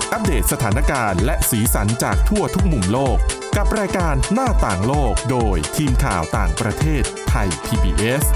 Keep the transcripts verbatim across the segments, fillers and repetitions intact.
อัปเดตสถานการณ์และสีสันจากทั่วทุกมุมโลกกับรายการหน้าต่างโลกโดยทีมข่าวต่างประเทศไทย พี บี เอส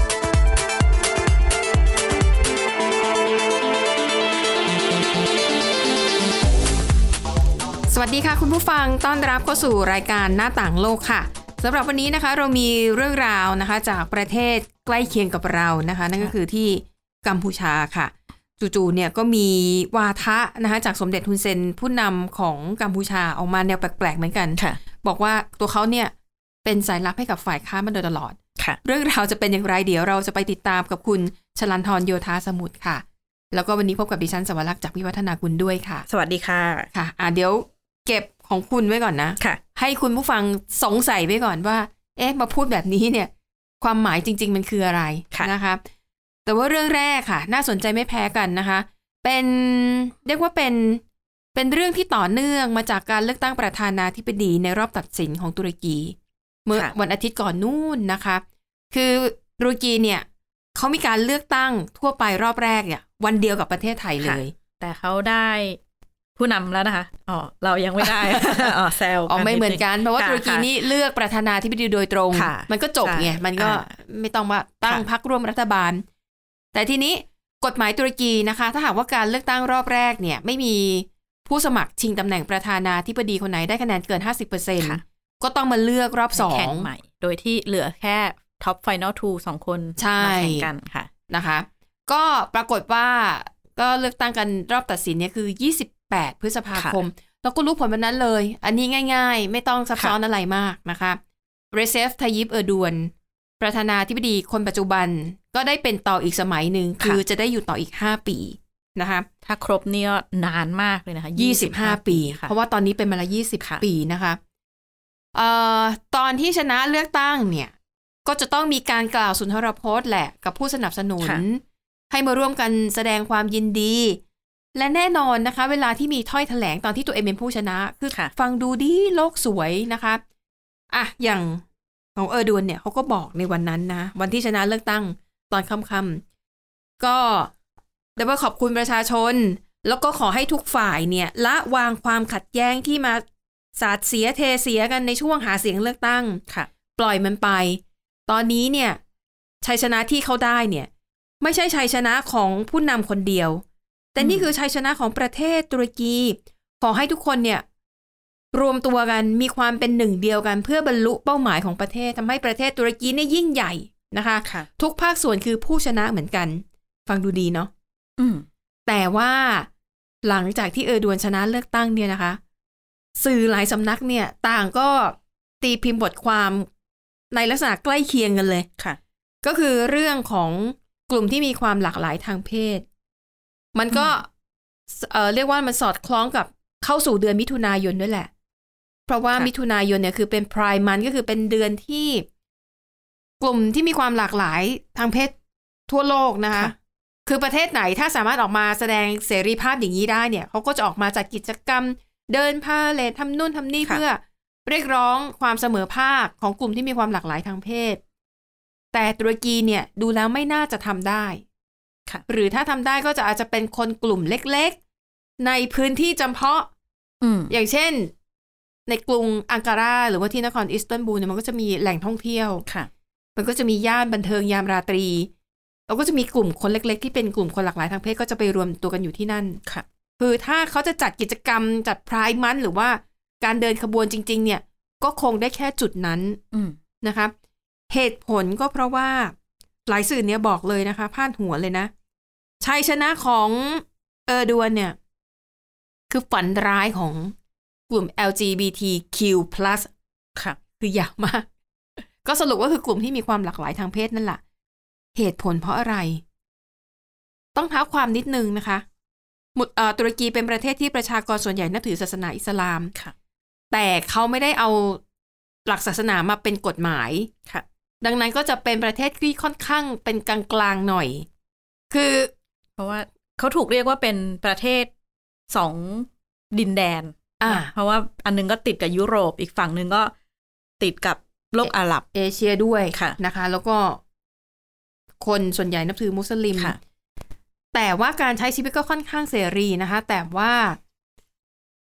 สวัสดีค่ะคุณผู้ฟังต้อนรับเข้าสู่รายการหน้าต่างโลกค่ะสำหรับวันนี้นะคะเรามีเรื่องราวนะคะจากประเทศใกล้เคียงกับเรานะคะนั่นก็คือที่กัมพูชาค่ะจู่ๆเนี่ยก็มีวาทะนะคะจากสมเด็จฮุนเซนผู้นำของกัมพูชาออกมาแนวแปลกๆเหมือนกันบอกว่าตัวเขาเนี่ยเป็นสายลับให้กับฝ่ายค้านมาโดยตลอดเรื่องราวจะเป็นอย่างไรเดี๋ยวเราจะไปติดตามกับคุณชลันทรโยธาสมุทรค่ะแล้วก็วันนี้พบกับดิฉันสวรักษ์จากวิวัฒนากุลด้วยค่ะสวัสดีค่ะค่ะอ่ะเดี๋ยวเก็บของคุณไว้ก่อนนะให้คุณผู้ฟังสงสัยไว้ก่อนว่าเอ๊ะมาพูดแบบนี้เนี่ยความหมายจริงๆมันคืออะไรนะคะแต่ว่าเรื่องแรกค่ะน่าสนใจไม่แพ้กันนะคะเป็นเรียกว่าเป็นเป็นเรื่องที่ต่อเนื่องมาจากการเลือกตั้งประธานาธิบดีในรอบตัดสินของตุรกีเมื่อวันอาทิตย์ก่อนนู่นนะคะคือตุรกีเนี่ยเขามีการเลือกตั้งทั่วไปรอบแรกเนี่ยวันเดียวกับประเทศไทยเลยแต่เขาได้ผู้นำแล้วนะคะอ๋อเรายังไม่ได้ อ๋อแซวอ๋อไม่เหมือนกันเพราะว่าตุรกีนี่เลือกประธานาธิบดีโดยตรงมันก็จบไงมันก็ไม่ต้องว่าตั้งพรรคร่วมรัฐบาลแต่ทีนี้กฎหมายตุรกีนะคะถ้าหากว่าการเลือกตั้งรอบแรกเนี่ยไม่มีผู้สมัครชิงตำแหน่งประธานาธิบดีคนไหนได้คะแนนเกิน ห้าสิบเปอร์เซ็นต์ ก็ต้องมาเลือกรอบสองแข่งใหม่โดยที่เหลือแค่ท็อปไฟนอลทูสองคนมาแข่งกันค่ะนะคะก็ปรากฏว่าก็เลือกตั้งกันรอบตัดสินเนี่ยคือยี่สิบแปดพฤษภาคมแล้วก็รู้ผลวันนั้นเลยอันนี้ง่ายๆไม่ต้องซับซ้อนอะไรมากนะคะเรเซฟ ทายิป เออร์ดวนประธานาธิบดีคนปัจจุบันก็ได้เป็นต่ออีกสมัยหนึ่งคือจะได้อยู่ต่ออีกห้าปีนะคะถ้าครบเนี่ยนานมากเลยนะคะยี่สิบห้าปีเพราะว่าตอนนี้เป็นมาละยี่สิบปีนะคะเอ่อตอนที่ชนะเลือกตั้งเนี่ยก็จะต้องมีการกล่าวสุนทรพจน์แหละกับผู้สนับสนุนให้มาร่วมกันแสดงความยินดีและแน่นอนนะคะเวลาที่มีถ้อยแถลงตอนที่ตัวเองเป็นผู้ชนะคือฟังดูดีโลกสวยนะคะอ่ะอย่างของเออร์ดวนเนี่ยเขาก็บอกในวันนั้นนะวันที่ชนะเลือกตั้งตอนค่ำๆก็ได้ว่าขอบคุณประชาชนแล้วก็ขอให้ทุกฝ่ายเนี่ยละวางความขัดแย้งที่มาสาดเสียเทเสียกันในช่วงหาเสียงเลือกตั้งปล่อยมันไปตอนนี้เนี่ยชัยชนะที่เขาได้เนี่ยไม่ใช่ชัยชนะของผู้นำคนเดียวแต่นี่คือชัยชนะของประเทศตุรกีขอให้ทุกคนเนี่ยรวมตัวกันมีความเป็นหนึ่งเดียวกันเพื่อบรรลุเป้าหมายของประเทศทำให้ประเทศตุรกีเนี่ยยิ่งใหญ่นะคะทุกภาคส่วนคือผู้ชนะเหมือนกันฟังดูดีเนาะแต่ว่าหลังจากที่เออร์ดวนชนะเลือกตั้งเนี่ยนะคะสื่อหลายสำนักเนี่ยต่างก็ตีพิมพ์บทความในลักษณะใกล้เคียงกันเลยก็คือเรื่องของกลุ่มที่มีความหลากหลายทางเพศมันก็เอ่อเรียกว่ามันสอดคล้องกับเข้าสู่เดือนมิถุนายนด้วยแหละเพราะว่ามิถุนายนเนี่ยคือเป็น Pride Month ก็คือเป็นเดือนที่กลุ่มที่มีความหลากหลายทางเพศทั่วโลกนะคะคือประเทศไหนถ้าสามารถออกมาแสดงเสรีภาพอย่างนี้ได้เนี่ยเขาก็จะออกมาจัดกิจกรรมเดินพาเหรดทำนู่นทำนี่เพื่อเรียกร้องความเสมอภาคของกลุ่มที่มีความหลากหลายทางเพศแต่ตุรกีเนี่ยดูแล้วไม่น่าจะทำได้หรือถ้าทำได้ก็จะอาจจะเป็นคนกลุ่มเล็กๆในพื้นที่จำเพาะ อ, อย่างเช่นในกรุงอังการาหรือว่าที่นครอิสตันบูลเนี่ยมันก็จะมีแหล่งท่องเที่ยวมันก็จะมีย่านบันเทิงยามราตรีแล้วก็จะมีกลุ่มคนเล็กๆที่เป็นกลุ่มคนหลากหลายทางเพศก็จะไปรวมตัวกันอยู่ที่นั่นคือถ้าเขาจะจัดกิจกรรมจัดไพร์มันหรือว่าการเดินขบวนจริงๆเนี่ยก็คงได้แค่จุดนั้นนะคะเหตุผลก็เพราะว่าหลายสื่อเนี่ยบอกเลยนะคะพาดหัวเลยนะชัยชนะของเออร์ดวนเนี่ยคือฝันร้ายของกลุ่ม แอล จี บี ที คิว พลัส ค่ะคือยาวมากก็สรุปว่าคือกลุ่มที่มีความหลากหลายทางเพศนั่นแหละเหตุผลเพราะอะไรต้องเท้าความนิดนึงนะคะตุรกีเป็นประเทศที่ประชากรส่วนใหญ่นับถือศาสนาอิสลามค่ะแต่เขาไม่ได้เอาหลักศาสนามาเป็นกฎหมายค่ะดังนั้นก็จะเป็นประเทศที่ค่อนข้างเป็นกลางๆหน่อยคือเพราะว่าเขาถูกเรียกว่าเป็นประเทศสองดินแดนอ่าเพราะว่าอันนึงก็ติดกับยุโรปอีกฝั่งนึงก็ติดกับโลกอาหรับเอเชียด้วยนะคะแล้วก็คนส่วนใหญ่นับถือมุสลิมแต่ว่าการใช้ชีวิตก็ค่อนข้างเสรีนะคะแต่ว่า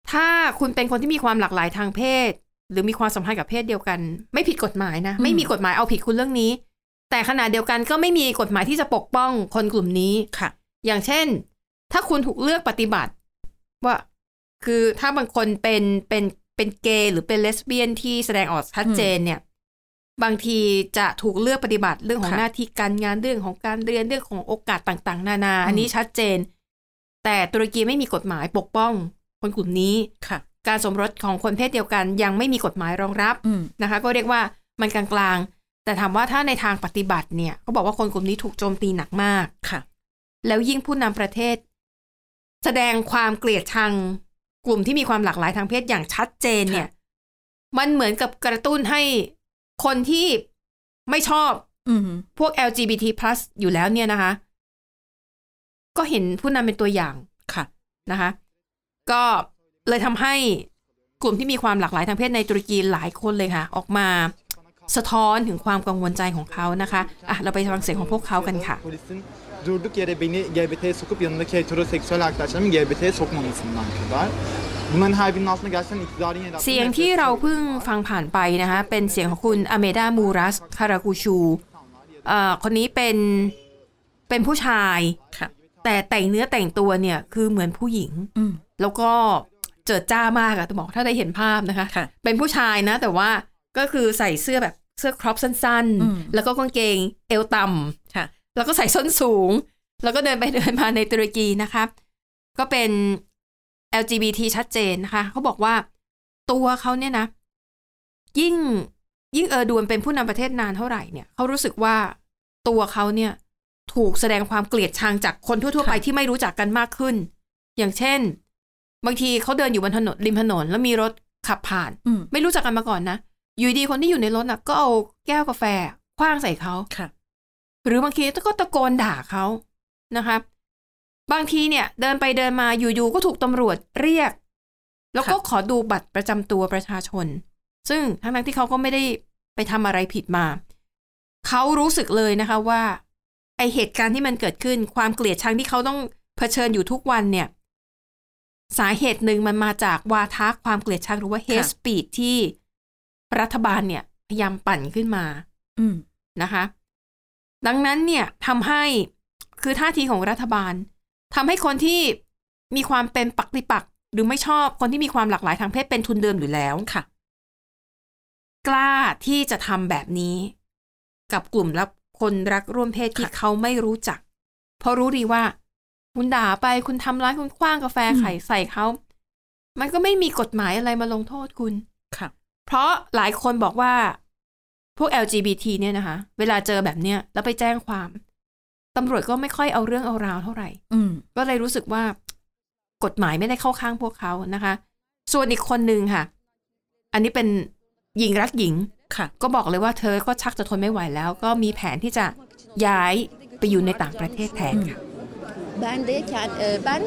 ถ้าคุณเป็นคนที่มีความหลากหลายทางเพศหรือมีความสัมพันธ์กับเพศเดียวกันไม่ผิดกฎหมายนะไม่มีกฎหมายเอาผิดคุณเรื่องนี้แต่ขณะเดียวกันก็ไม่มีกฎหมายที่จะปกป้องคนกลุ่มนี้ค่ะอย่างเช่นถ้าคุณถูกเลือกปฏิบัติว่าคือถ้าบางคนเป็นเป็นเป็นเกย์หรือเป็นเลสเบี้ยนที่แสดงออกชัดเจนเนี่ยบางทีจะถูกเลือกปฏิบัติเรื่องของหน้าที่การงานเรื่องของการเรียนเรื่องของโอกาสต่างๆนานาอันนี้ชัดเจนแต่ตุรกีไม่มีกฎหมายปกป้องคนกลุ่มนี้การสมรสของคนเพศเดียวกันยังไม่มีกฎหมายรองรับนะคะก็เรียกว่ามันกลางๆแต่ถามว่าถ้าในทางปฏิบัติเนี่ยเขาบอกว่าคนกลุ่มนี้ถูกโจมตีหนักมากแล้วยิ่งผู้นำประเทศแสดงความเกลียดชังกลุ่มที่มีความหลากหลายทางเพศอย่างชัดเจนเนี่ยมันเหมือนกับกระตุ้นให้คนที่ไม่ชอบพวก แอล จี บี ที พลัส อยู่แล้วเนี่ยนะคะก็เห็นผู้นำเป็นตัวอย่างค่ะนะคะก็เลยทำให้กลุ่มที่มีความหลากหลายทางเพศในตุรกีหลายคนเลยค่ะออกมาสะท้อนถึงความกังวลใจของเขานะคะอ่ะเราไปฟังเสียงของพวกเขากันค่ะ durduk yere beni จี บี ที'ye sokup yanındaki heteroseksüel arkadaşlarımı จี บี ที'ye sokmamasından kadar bunların her birinin altında gerçekten iktidarın yer เสียงที่เราเพิ่งฟังผ่านไปนะคะเป็นเสียงของคุณอเมดามูรัสคารากูชูเอ่อคนนี้เป็นเป็นผู้ชายแต่แต่งเนื้อแต่งตัวเนี่ยคือเหมือนผู้หญิงแล้วก็เจิดจ้ามากอะต้องบอกถ้าได้เห็นภาพนะคะเป็นผู้ชายนะแต่ว่าก็คือใส่เสื้อแบบเสื้อครอปสั้นๆแล้วก็กางเกงเอวต่ำแล้วก็ใส่ส้นสูงแล้วก็เดินไปเดินมาในตุรกีนะคะก็เป็น แอล จี บี ที ชัดเจนนะคะเขาบอกว่าตัวเขาเนี่ยนะยิ่งยิ่งเออร์ดวนเป็นผู้นำประเทศนานเท่าไหร่เนี่ยเขารู้สึกว่าตัวเขาเนี่ยถูกแสดงความเกลียดชังจากคนทั่วๆไปที่ไม่รู้จักกันมากขึ้นอย่างเช่นบางทีเขาเดินอยู่บนถนนริมถนนแล้วมีรถขับผ่านไม่รู้จักกันมาก่อนนะอยู่ดีคนที่อยู่ในรถน่ะก็เอาแก้วกาแฟขว้างใส่เขาหรือบางทีก็ตะโกนด่าเขานะคะบางทีเนี่ยเดินไปเดินมาอยู่ๆก็ถูกตำรวจเรียกแล้วก็ขอดูบัตรประจำตัวประชาชนซึ่งทั้งๆที่เขาก็ไม่ได้ไปทำอะไรผิดมาเขารู้สึกเลยนะคะว่าไอเหตุการณ์ที่มันเกิดขึ้นความเกลียดชังที่เขาต้องเผชิญอยู่ทุกวันเนี่ยสาเหตุหนึ่งมันมาจากวาทะความเกลียดชังหรือว่า hate speech ที่รัฐบาลเนี่ยพยายามปั่นขึ้นมานะคะดังนั้นเนี่ยทำให้คือท่าทีของรัฐบาลทำให้คนที่มีความเป็นปักติปักหรือไม่ชอบคนที่มีความหลากหลายทางเพศเป็นทุนเดิมอยู่แล้วค่ะกล้าที่จะทำแบบนี้กับกลุ่มและคนรักร่วมเพศที่เขาไม่รู้จักเพราะรู้ดีว่าคุณด่าไปคุณทำร้ายคุณขว้างกาแฟไข่ใส่เขามันก็ไม่มีกฎหมายอะไรมาลงโทษคุณค่ะเพราะหลายคนบอกว่าพวก แอล จี บี ที เนี่ยนะคะเวลาเจอแบบเนี้ยแล้วไปแจ้งความตำรวจก็ไม่ค่อยเอาเรื่องเอาราวเท่าไหร่ก็เลยรู้สึกว่ากฎหมายไม่ได้เข้าข้างพวกเขานะคะส่วนอีกคนนึงค่ะอันนี้เป็นหญิงรักหญิงก็บอกเลยว่าเธอก็ชักจะทนไม่ไหวแล้วก็มีแผนที่จะย้ายไปอยู่ในต่างประเทศแทนค่ะ Ben de ben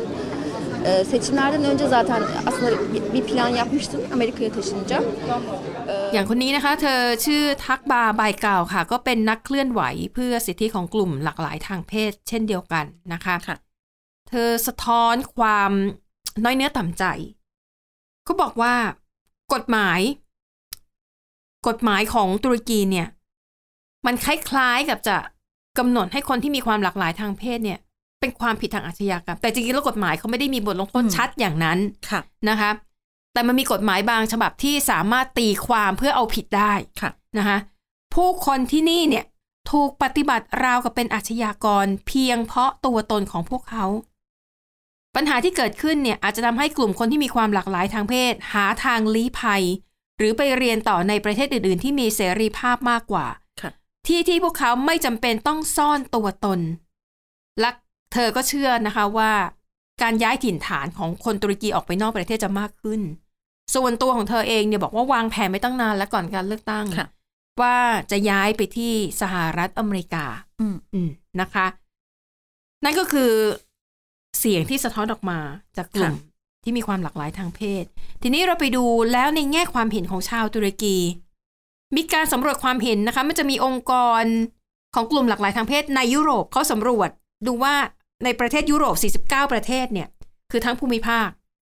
seçimlerden önce zaten aslında bir plan yapmıştım Amerika'ya taşınınca. อย่างคนนี้นะคะเธอชื่อทักบาบายเก่าค่ะก็เป็นนักเคลื่อนไหวเพื่อสิทธิของกลุ่มหลากหลายทางเพศเช่นเดียวกันนะคะเธอสะท้อนความน้อยเนื้อต่ำใจเขาบอกว่ากฎหมายกฎหมายของตุรกีเนี่ยมันคล้ายๆกับจะกำหนดให้คนที่มีความหลากหลายทางเพศเนี่ยเป็นความผิดทางอาชญากรรมแต่จริงๆแล้วกฎหมายเขาไม่ได้มีบทลงโทษชัดอย่างนั้นนะคะแต่มันมีกฎหมายบางฉบับที่สามารถตีความเพื่อเอาผิดได้นะคะผู้คนที่นี่เนี่ยถูกปฏิบัติราวกับเป็นอาชญากรเพียงเพราะตัวตนของพวกเขาปัญหาที่เกิดขึ้นเนี่ยอาจจะทำให้กลุ่มคนที่มีความหลากหลายทางเพศหาทางลี้ภัยหรือไปเรียนต่อในประเทศอื่นๆที่มีเสรีภาพมากกว่าที่ที่พวกเขาไม่จำเป็นต้องซ่อนตัวตนและเธอก็เชื่อนะคะว่าการย้ายถิ่นฐานของคนตุรกีออกไปนอกประเทศจะมากขึ้นส่วนตัวของเธอเองเนี่ยบอกว่าวางแผนไม่ตั้งนานแล้วก่อนการเลือกตั้งว่าจะย้ายไปที่สหรัฐอเมริกาอืมอืมนะคะนั่นก็คือเสียงที่สะท้อนออกมาจากกลุ่มที่มีความหลากหลายทางเพศทีนี้เราไปดูแล้วในแง่ความเห็นของชาวตุรกีมีการสำรวจความเห็นนะคะมันจะมีองค์กรของกลุ่มหลากหลายทางเพศในยุโรปเขาสำรวจดูว่าในประเทศยุโรปสี่สิบเก้าประเทศเนี่ยคือทั้งภูมิภาค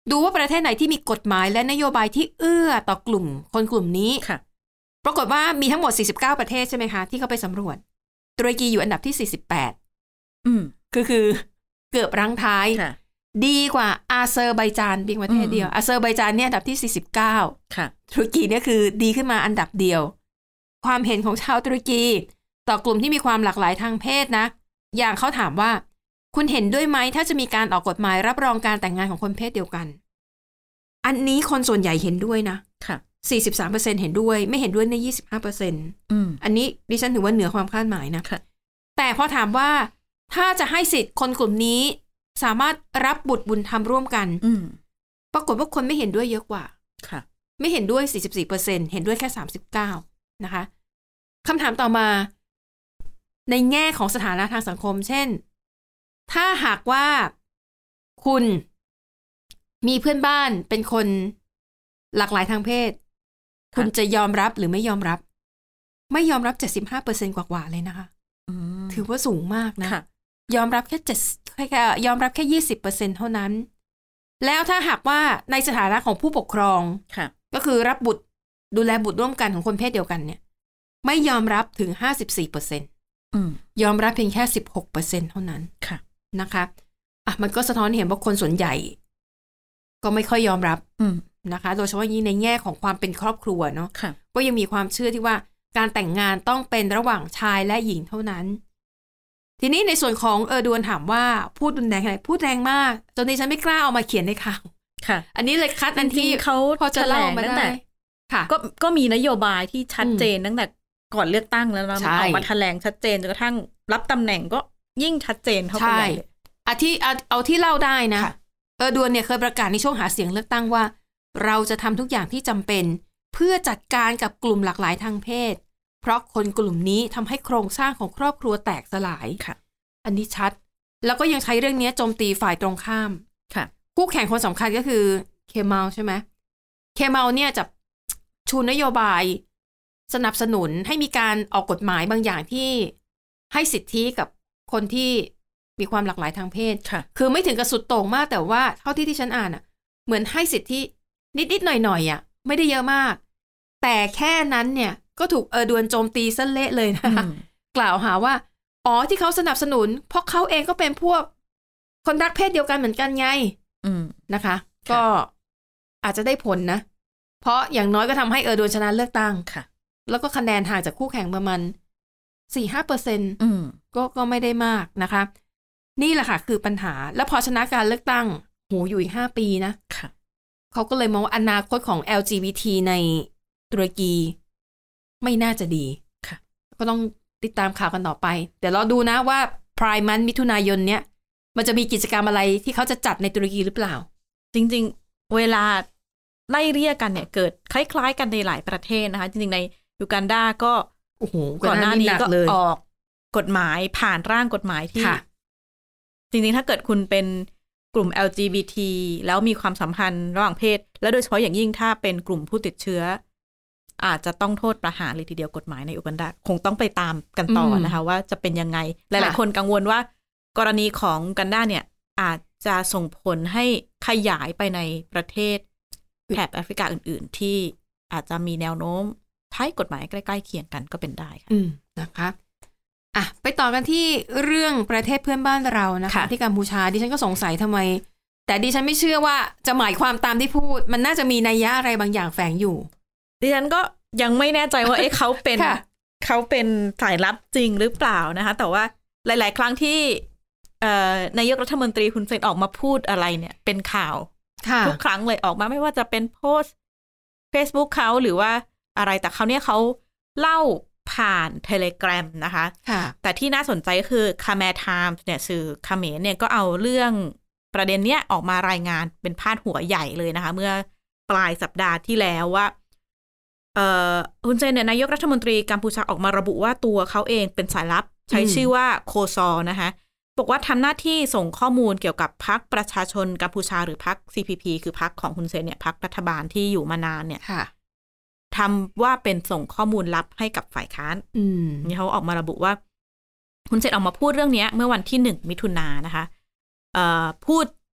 ดูว่าประเทศไหนที่มีกฎหมายและนโยบายที่เอื้อต่อกลุ่มคนกลุ่มนี้ปรากฏว่ามีทั้งหมดสี่สิบเก้าประเทศใช่ไหมคะที่เขาไปสำรวจตุรกีอยู่อันดับที่สี่สิบแปดอืมคือคือเกือบรั้งท้ายดีกว่าอาเซอร์ไบจานเพียงประเทศเดียวอาเซอร์ไบจานเนี่ยอันดับที่สี่สิบเก้าค่ะตุรกีเนี่ยคือดีขึ้นมาอันดับเดียวความเห็นของชาวตุรกีต่อกลุ่มที่มีความหลากหลายทางเพศนะอย่างเขาถามว่าคุณเห็นด้วยไหมถ้าจะมีการออกกฎหมายรับรองการแต่งงานของคนเพศเดียวกันอันนี้คนส่วนใหญ่เห็นด้วยนะค่ะ สี่สิบสามเปอร์เซ็นต์ เห็นด้วยไม่เห็นด้วยใน ยี่สิบห้าเปอร์เซ็นต์ อืมอันนี้ดิฉันถือว่าเหนือความคาดหมายนะค่ะแต่พอถามว่าถ้าจะให้สิทธิ์คนกลุ่มนี้สามารถรับบุตรบุญธรรมร่วมกันอืมปรากฏว่าคนไม่เห็นด้วยเยอะกว่าค่ะไม่เห็นด้วย สี่สิบสี่เปอร์เซ็นต์ เห็นด้วยแค่สามสิบเก้านะคะคำถามต่อมาในแง่ของสถานะทางสังคมเช่นถ้าหากว่าคุณมีเพื่อนบ้านเป็นคนหลากหลายทางเพศคุณจะยอมรับหรือไม่ยอมรับไม่ยอมรับ เจ็ดสิบห้าเปอร์เซ็นต์ กว่าๆเลยนะคะถือว่าสูงมากนะยอมรับแค่เจ็ดแค่ยอมรับแค่ ยี่สิบเปอร์เซ็นต์ เท่านั้นแล้วถ้าหากว่าในสถานะของผู้ปกครองก็คือรับบุตรดูแลบุตรร่วมกันของคนเพศเดียวกันเนี่ยไม่ยอมรับถึง ห้าสิบสี่เปอร์เซ็นต์ ยอมรับเพียงแค่ สิบหกเปอร์เซ็นต์ เท่านั้นนะคะอ่ะมันก็สะท้อนเห็นว่าคนส่วนใหญ่ก็ไม่ค่อยยอมรับนะคะโดยเฉพาะยิ่งในแง่ของความเป็นครอบครัวเนาะก็ยังมีความเชื่อที่ว่าการแต่งงานต้องเป็นระหว่างชายและหญิงเท่านั้นทีนี้ในส่วนของเออดวนถามว่าพูดรุนแรงอะไรพูดแรงมากจนดิฉันไม่กล้าเอามาเขียนในข่าวค่ะอันนี้เลยคัดอันที่เขาพอจะเล่ามาได้ค่ะก็ก็มีนโยบายที่ชัดเจนตั้งแต่ก่อนเลือกตั้งแล้วนะออกมาแถลงชัดเจนจนกระทั่งรับตำแหน่งก็ยิ่งชัดเจนเข้าไปใหญ่เอาที่เอาเอาที่เล่าได้นะเออดวนเนี่ยเคยประกาศในช่วงหาเสียงเลือกตั้งว่าเราจะทำทุกอย่างที่จำเป็นเพื่อจัดการกับกลุ่มหลากหลายทางเพศเพราะคนกลุ่มนี้ทำให้โครงสร้างของครอบครัวแตกสลายค่ะอันนี้ชัดแล้วก็ยังใช้เรื่องนี้โจมตีฝ่ายตรงข้ามค่ะคู่แข่งคนสำคัญก็คือเคมัลใช่ไหมเคมัลเนี่ยจะชูนโยบายสนับสนุนให้มีการออกกฎหมายบางอย่างที่ให้สิทธิกับคนที่มีความหลากหลายทางเพศคือไม่ถึงกับสุดโต่งมากแต่ว่าเท่าที่ที่ฉันอ่านอ่ะเหมือนให้สิทธินิดๆหน่อยๆอ่ะไม่ได้เยอะมากแต่แค่นั้นเนี่ยก็ถูกเออดวนโจมตีซะเละเลยนะคะกล่าวหาว่าอ๋อที่เขาสนับสนุนเพราะเขาเองก็เป็นพวกคนรักเพศเดียวกันเหมือนกันไงนะคะก็อาจจะได้ผลนะเพราะอย่างน้อยก็ทำให้เออดวนชนะเลือกตั้งค่ะแล้วก็คะแนนห่างจากคู่แข่งประมาณ สี่ถึงห้าเปอร์เซ็นต์ ก็ก็ไม่ได้มากนะคะนี่แหละค่ะคือปัญหาแล้วพอชนะการเลือกตั้งโหอยู่อีกห้าปีนะค่ะเขาก็เลยมองว่าอนาคตของ แอล จี บี ที ในตุรกีไม่น่าจะดีค่ะก็ต้องติดตามข่าวกันต่อไปเดี๋ยวเราดูนะว่า Pride Month มิถุนายนเนี้ยมันจะมีกิจกรรมอะไรที่เขาจะจัดในตุรกีหรือเปล่าจริงๆเวลาไล่เรียกกันเนี่ยเกิดคล้ายๆกันในหลายประเทศนะคะจริงๆในยูกันดาก็โอ้โหก่อนหน้านี้ก็ออกกฎหมายผ่านร่างกฎหมายที่จริงๆถ้าเกิดคุณเป็นกลุ่ม แอล จี บี ที แล้วมีความสัมพันธ์ระหว่างเพศและโดยเฉพาะอย่างยิ่งถ้าเป็นกลุ่มผู้ติดเชื้ออาจจะต้องโทษประหารเลยทีเดียวกฎหมายในอูกันดาคงต้องไปตามกันต่อนะคะว่าจะเป็นยังไงหลายๆคนกังวลว่ากรณีของอูกันดาเนี่ยอาจจะส่งผลให้ขยายไปในประเทศแถบแอฟริกาอื่นๆที่อาจจะมีแนวโน้มใช้กฎหมายใกล้ๆเคียงกันก็เป็นได้ค่ะนะคะอ่ะไปต่อกันที่เรื่องประเทศเพื่อนบ้านเรานะคะที่กัมพูชาดิฉันก็สงสัยทำไมแต่ดิฉันไม่เชื่อว่าจะหมายความตามที่พูดมันน่าจะมีนัยยะอะไรบางอย่างแฝงอยู่ดิฉันก็ยังไม่แน่ใจว่าเอ๊ะเขาเป็นเขาเป็นสายลับจริงหรือเปล่านะคะแต่ว่าหลายๆครั้งที่เอ่อนายกรัฐมนตรีฮุนเซนออกมาพูดอะไรเนี่ยเป็นข่าวทุกครั้งเลยออกมาไม่ว่าจะเป็นโพสต์ Facebook เขาหรือว่าอะไรแต่เขาเนี่ยเขาเล่าผ่าน Telegram นะคะแต่ที่น่าสนใจก็คือ Khmer Times เนี่ยสื่อเขมรเนี่ยก็เอาเรื่องประเด็นเนี้ยออกมารายงานเป็นพาดหัวใหญ่เลยนะคะเมื่อปลายสัปดาห์ที่แล้วว่าเอ่อฮุนเซนเนี่ยนายกรัฐมนตรีกัมพูชาออกมาระบุว่าตัวเขาเองเป็นสายลับใช้ชื่อว่าโคซอนะคะบอกว่าทำหน้าที่ส่งข้อมูลเกี่ยวกับพรรคประชาชนกัมพูชาหรือพรรค ซี พี พี คือพรรคของฮุนเซนเนี่ยพรรครัฐบาลที่อยู่มานานเนี่ยทำว่าเป็นส่งข้อมูลลับให้กับฝ่ายค้านนี่เขาออกมาระบุว่าฮุนเซนออกมาพูดเรื่องนี้เมื่อวันที่หนึ่งมิถุนายนนะคะเอ่อพูด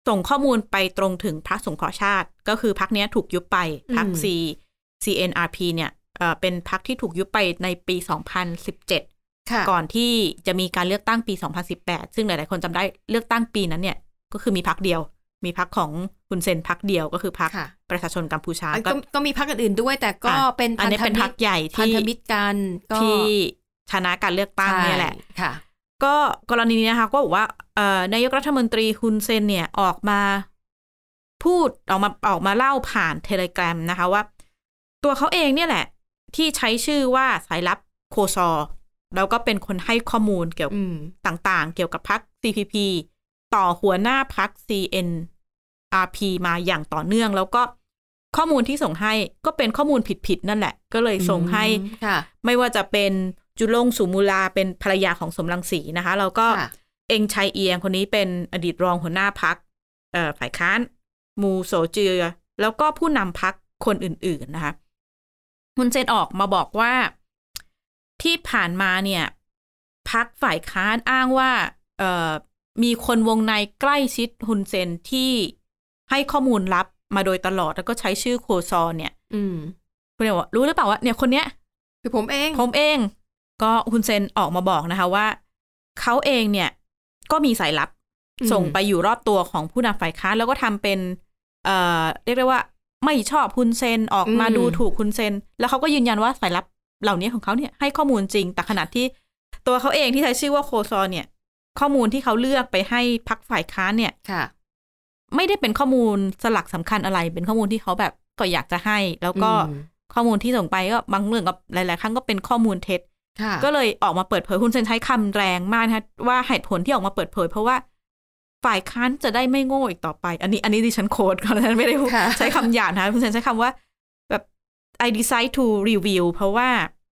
ส่งข้อมูลไปตรงถึงพรรคสงเคราะห์ชาติก็คือพรรคนี้ถูกยุบไปพรรค C ซี เอ็น อาร์ พี เนี่ยเอ่อเป็นพรรคที่ถูกยุบไปในปีสองพันสิบเจ็ดก่อนที่จะมีการเลือกตั้งปีสองพันสิบแปดซึ่งหลายๆคนจำได้เลือกตั้งปีนั้นเนี่ยก็คือมีพรรคเดียวมีพรรคของฮุนเซนพรรคเดียวก็คือพรรคประชาชนกัมพูชาก็ก็มีพรรคอื่นๆด้วยแต่ก็เป็นอันนี้เป็นพรรคใหญ่ที่พันธมิตรกันที่ชนะการเลือกตั้งนี่แหละค่ะก็กรณีนี้นะคะก็บอกว่าเอ่อนายกรัฐมนตรีฮุนเซนเนี่ยออกมาพูดออกมาออกมาเล่าผ่านเทเลแกรมนะคะว่าตัวเขาเองเนี่ยแหละที่ใช้ชื่อว่าสายลับโคซอแล้วก็เป็นคนให้ข้อมูลเกี่ยวต่างๆเกี่ยวกับพรรค ซี พี พี ต่อหัวหน้าพรรค ซี เอ็น อาร์ พี มาอย่างต่อเนื่องแล้วก็ข้อมูลที่ส่งให้ก็เป็นข้อมูลผิดๆนั่นแหละก็เลยส่งให้ไม่ว่าจะเป็นจุลงสุมูลาเป็นภรรยาของสมรังสีนะคะแล้วก็เอ็งชัยเอียงคนนี้เป็นอดีตรองหัวหน้าพรรคฝ่ายค้านมูโซเจือแล้วก็ผู้นำพรรคคนอื่นๆนะคะฮุนเซนออกมาบอกว่าที่ผ่านมาเนี่ยพรรคฝ่ายค้านอ้างว่าเอ่อมีคนวงในใกล้ชิดฮุนเซนที่ให้ข้อมูลลับมาโดยตลอดแล้วก็ใช้ชื่อโคซอเนี่ยอืมคุณเรียกว่ารู้หรือเปล่าว่าเนี่ยคนเนี้ยคือผมเองผมเองก็ฮุนเซนออกมาบอกนะคะว่าเขาเองเนี่ยก็มีสายลับส่งไปอยู่รอบตัวของผู้นำฝ่ายค้านแล้วก็ทำเป็นเอ่อเรียกได้ว่าไม่ชอบฮุนเซนออกมาดูถูกฮุนเซนแล้วเขาก็ยืนยันว่าสายลับเหล่านี้ของเขาเนี่ยให้ข้อมูลจริงแต่ขณะที่ตัวเขาเองที่ใช้ชื่อว่าโคซอเนี่ยข้อมูลที่เขาเลือกไปให้พรรคฝ่ายค้านเนี่ยไม่ได้เป็นข้อมูลสลักสำคัญอะไรเป็นข้อมูลที่เขาแบบก็อยากจะให้แล้วก็ข้อมูลที่ส่งไปก็บางเรื่องกับหลายๆครั้งก็เป็นข้อมูลเท็จก็เลยออกมาเปิดเผยฮุนเซนใช้คำแรงมากนะว่าเหตุผลที่ออกมาเปิดเผยเพราะว่าฝ่ายค้านจะได้ไม่โง่อีกต่อไปอันนี้อันนี้ดิฉันโค้ดก่อนฉันไม่ได้ใช้คำหยาบนะฮุนเซนใช้คำว่าแบบ I decide to reveal เพราะว่า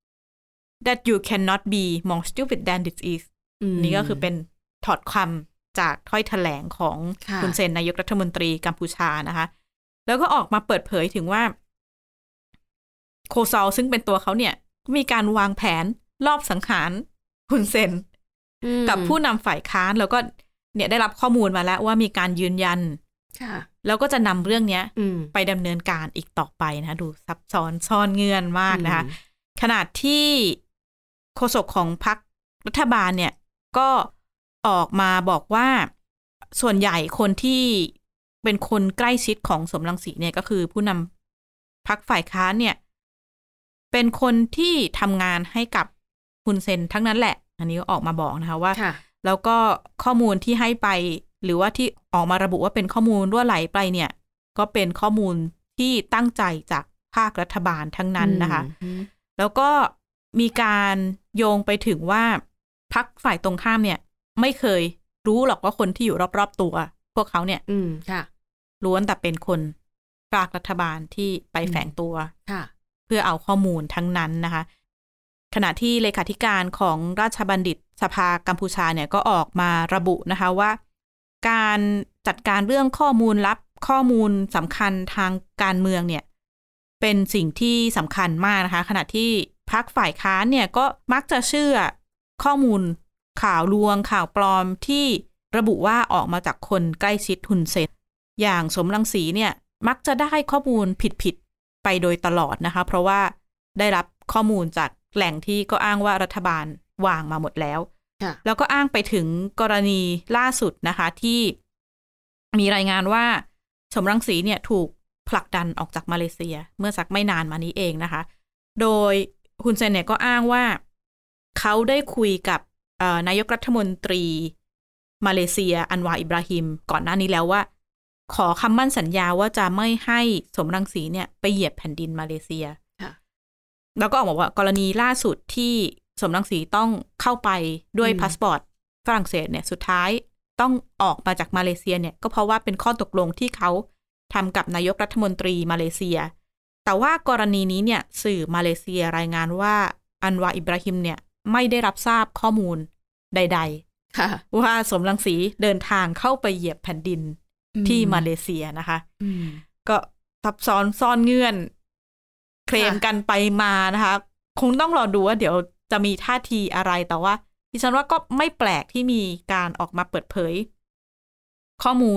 that you cannot be more stupid than this is นี่ก็คือเป็นถอดคำจากถ้อยแถลงของฮุนเซนนายกรัฐมนตรีกัมพูชานะคะแล้วก็ออกมาเปิดเผยถึงว่าโคซอลซึ่งเป็นตัวเขาเนี่ยมีการวางแผนลอบสังหารฮุนเซนกับผู้นำฝ่ายค้านแล้วก็เนี่ยได้รับข้อมูลมาแล้วว่ามีการยืนยันแล้วก็จะนำเรื่องนี้ไปดำเนินการอีกต่อไปนะดูซับซ้อนซ่อนเงื่อนมากนะคะขนาดที่โฆษกของพรรครัฐบาลเนี่ยก็ออกมาบอกว่าส่วนใหญ่คนที่เป็นคนใกล้ชิดของสมรังสีเนี่ยก็คือผู้นำพรรคฝ่ายค้านเนี่ยเป็นคนที่ทำงานให้กับฮุนเซนทั้งนั้นแหละอันนี้ก็ออกมาบอกนะคะว่าแล้วก็ข้อมูลที่ให้ไปหรือว่าที่ออกมาระบุว่าเป็นข้อมูลรั่วไหลไปเนี่ยก็เป็นข้อมูลที่ตั้งใจจากภาครัฐบาลทั้งนั้นนะคะแล้วก็มีการโยงไปถึงว่าพรรคฝ่ายตรงข้ามเนี่ยไม่เคยรู้หรอกว่าคนที่อยู่รอบๆตัวพวกเขาเนี่ยล้วนแต่เป็นคนภาครัฐบาลที่ไปแฝงตัวเพื่อเอาข้อมูลทั้งนั้นนะคะขณะที่เลขาธิการของราชบัณฑิตสภากัมพูชาเนี่ยก็ออกมาระบุนะคะว่าการจัดการเรื่องข้อมูลลับข้อมูลสำคัญทางการเมืองเนี่ยเป็นสิ่งที่สำคัญมากนะคะขณะที่พรรคฝ่ายค้านเนี่ยก็มักจะเชื่อข้อมูลข่าวลวงข่าวปลอมที่ระบุว่าออกมาจากคนใกล้ชิดฮุนเซนอย่างสมรังสีเนี่ยมักจะได้ข้อมูลผิดๆไปโดยตลอดนะคะเพราะว่าได้รับข้อมูลจากแหล่งที่ก็อ้างว่ารัฐบาลวางมาหมดแล้วแล้วก็อ้างไปถึงกรณีล่าสุดนะคะที่มีรายงานว่าสมรังสีเนี่ยถูกผลักดันออกจากมาเลเซียเมื่อสักไม่นานมานี้เองนะคะโดยฮุนเซนเนี่ยก็อ้างว่าเขาได้คุยกับนายกรัฐมนตรีมาเลเซียอันวาอิบราฮิมก่อนหน้านี้แล้วว่าขอคำมั่นสัญญาว่าจะไม่ให้สมรังสีเนี่ยไปเหยียบแผ่นดินมาเลเซียแล้วก็ออกมาว่ากรณีล่าสุดที่สมรังสีต้องเข้าไปด้วยพาสปอร์ตฝรั่งเศสเนี่ยสุดท้ายต้องออกมาจากมาเลเซียเนี่ยก็เพราะว่าเป็นข้อตกลงที่เขาทำกับนายกรัฐมนตรีมาเลเซียแต่ว่ากรณีนี้เนี่ยสื่อมาเลเซียรายงานว่าอันวาอิบราฮิมเนี่ยไม่ได้รับทราบข้อมูลใดๆว่าสมรังสีเดินทางเข้าไปเหยียบแผ่นดินที่มาเลเซียนะคะก็ซับซ้อนซ่อนเงื่อนเคลมกันไปมานะคะคงต้องรอดูว่าเดี๋ยวจะมีท่าทีอะไรแต่ว่าดิฉันว่าก็ไม่แปลกที่มีการออกมาเปิดเผยข้อมูล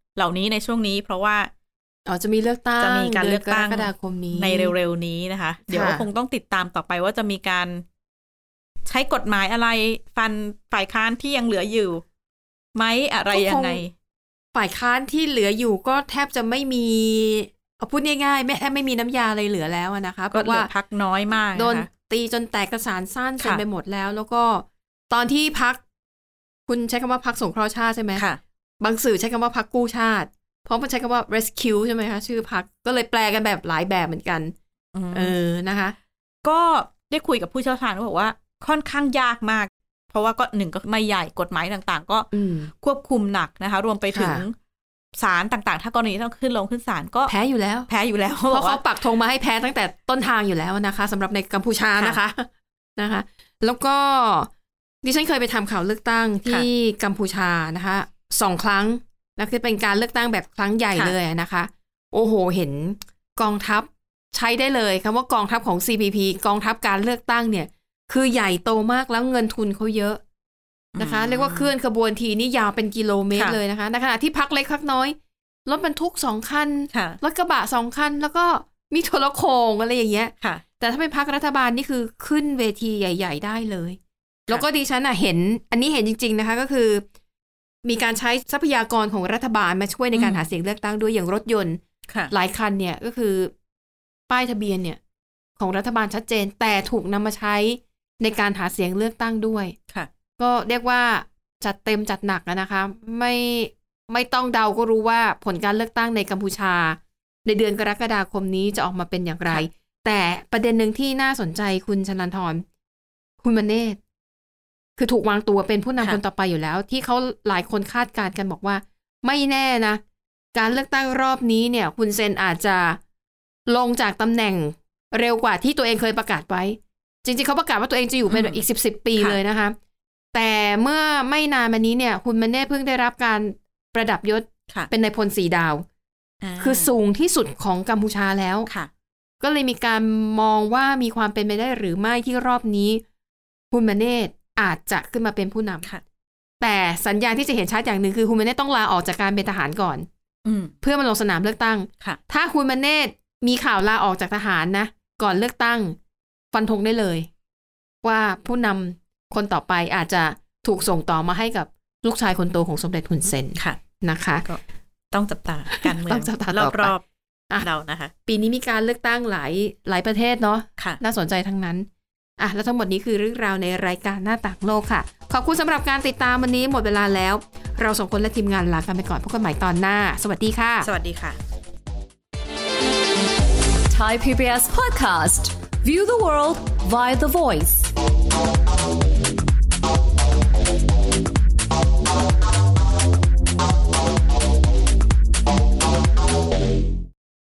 เหล่านี้ในช่วงนี้เพราะว่าอ๋อจะมีเลือกตั้งจะมีการเลือกตั้งกรกฎาคมนี้ในเร็วๆนี้นะคะเดี๋ยวคงต้องติดตามต่อไปว่าจะมีการใช้กฎหมายอะไรฟันฝ่ายค้านที่ยังเหลืออยู่ไหมอะไรยังไงฝ่ายค้านที่เหลืออยู่ก็แทบจะไม่มีเอาพูดง่ายๆไม่แทบไม่มีน้ำยาอะไรเหลือแล้วนะคะเพราะว่าพักน้อยมากโดนตีจนแตกกระสานสั้นเต็มไปหมดแล้วแล้วก็ตอนที่พักคุณใช้คำว่าพักสงเคราะห์ชาติใช่ไหมค่ะบางสื่อใช้คำว่าพักกู้ชาติเพราะมันใช้คำว่า rescue ใช่ไหมคะชื่อพักก็เลยแปลกันแบบหลายแบบเหมือนกันเออนะคะก็ได้คุยกับผู้เชี่ยวชาญเขาบอกว่าค่อนข้างยากมากเพราะว่าก็หนึ่งก็ไม่ใหญ่กฎหมายต่างๆก็ควบคุมหนักนะคะรวมไปถึงศาลต่างๆถ้ากรณีต้องขึ้นลงขึ้นศาลก็แพ้อยู่แล้วแพ้อยู่แล้วเพราะเขาปักธงมาให้แพ้ตั้งแต่ต้นทางอยู่แล้วนะคะสำหรับในกัมพูชานะคะนะคะแล้วก็ดิฉันเคยไปทำข่าวเลือกตั้งที่กัมพูชานะคะสองครั้งแล้วคือเป็นการเลือกตั้งแบบครั้งใหญ่เลยนะคะโอ้โหเห็นกองทัพใช้ได้เลยคำว่ากองทัพของ ซี พี พี กองทัพการเลือกตั้งเนี่ยคือใหญ่โตมากแล้วเงินทุนเขาเยอะนะคะเรียกว่าเคลื่อนขบวนทีนี่ยาวเป็นกิโลเมตรเลยนะคะในขณะที่พรรคเล็กพรรคน้อยรถบรรทุกสองคันรถกระบะสองคันแล้วก็มีโทรโขงอะไรอย่างเงี้ยแต่ถ้าเป็นพรรครัฐบาลนี่คือขึ้นเวทีใหญ่ๆได้เลยแล้วก็ดิฉันอ่ะเห็นอันนี้เห็นจริงๆนะคะก็คือมีการใช้ทรัพยากรของรัฐบาลมาช่วยในการหาเสียงเลือกตั้งด้วยอย่างรถยนต์หลายคันเนี่ยก็คือป้ายทะเบียนเนี่ยของรัฐบาลชัดเจนแต่ถูกนำมาใช้ในการหาเสียงเลือกตั้งด้วยก็เรียกว่าจัดเต็มจัดหนักนะคะไม่ไม่ต้องเดาก็รู้ว่าผลการเลือกตั้งในกัมพูชาในเดือนกรกฎาคมนี้จะออกมาเป็นอย่างไรแต่ประเด็นหนึ่งที่น่าสนใจคุณชนันทรคุณมเนศคือถูกวางตัวเป็นผู้นำคนต่อไปอยู่แล้วที่เขาหลายคนคาดการณ์กันบอกว่าไม่แน่นะการเลือกตั้งรอบนี้เนี่ยคุณเซนอาจจะลงจากตำแหน่งเร็วกว่าที่ตัวเองเคยประกาศไว้จริงๆเขาประกาศว่าตัวเองจะอยู่เป็นอีกสิบสิบปีเลยนะคะแต่เมื่อไม่นานมานี้เนี่ยคุณมเนศเพิ่งได้รับการประดับยศเป็นนายพลสี่ดาวคือสูงที่สุดของกัมพูชาแล้วก็เลยมีการมองว่ามีความเป็นไปได้หรือไม่ที่รอบนี้คุณมเนศอาจจะขึ้นมาเป็นผู้นำแต่สัญญาณที่จะเห็นชัดอย่างหนึ่งคือคุณมเนศต้องลาออกจากการเป็นทหารก่อนเพื่อมาลงสนามเลือกตั้งถ้าคุณมเนศมีข่าวลาออกจากทหารนะก่อนเลือกตั้งฟันธงได้เลยว่าผู้นำคนต่อไปอาจจะถูกส่งต่อมาให้กับลูกชายคนโตของสมเด็จฮุนเซนนะคะก็ต้องจับตาการเมืองรอบๆเรานะคะปีนี้มีการเลือกตั้งหลายหลายประเทศเนาะน่าสนใจทั้งนั้นอ่ะแล้วทั้งหมดนี้คือเรื่องราวในรายการหน้าต่างโลกค่ะขอบคุณสำหรับการติดตามวันนี้หมดเวลาแล้วเราสองคนและทีมงานลากันไปก่อนพบกันใหม่ตอนหน้าสวัสดีค่ะสวัสดีค่ะ Thai พี บี เอส Podcast View the world via The Voice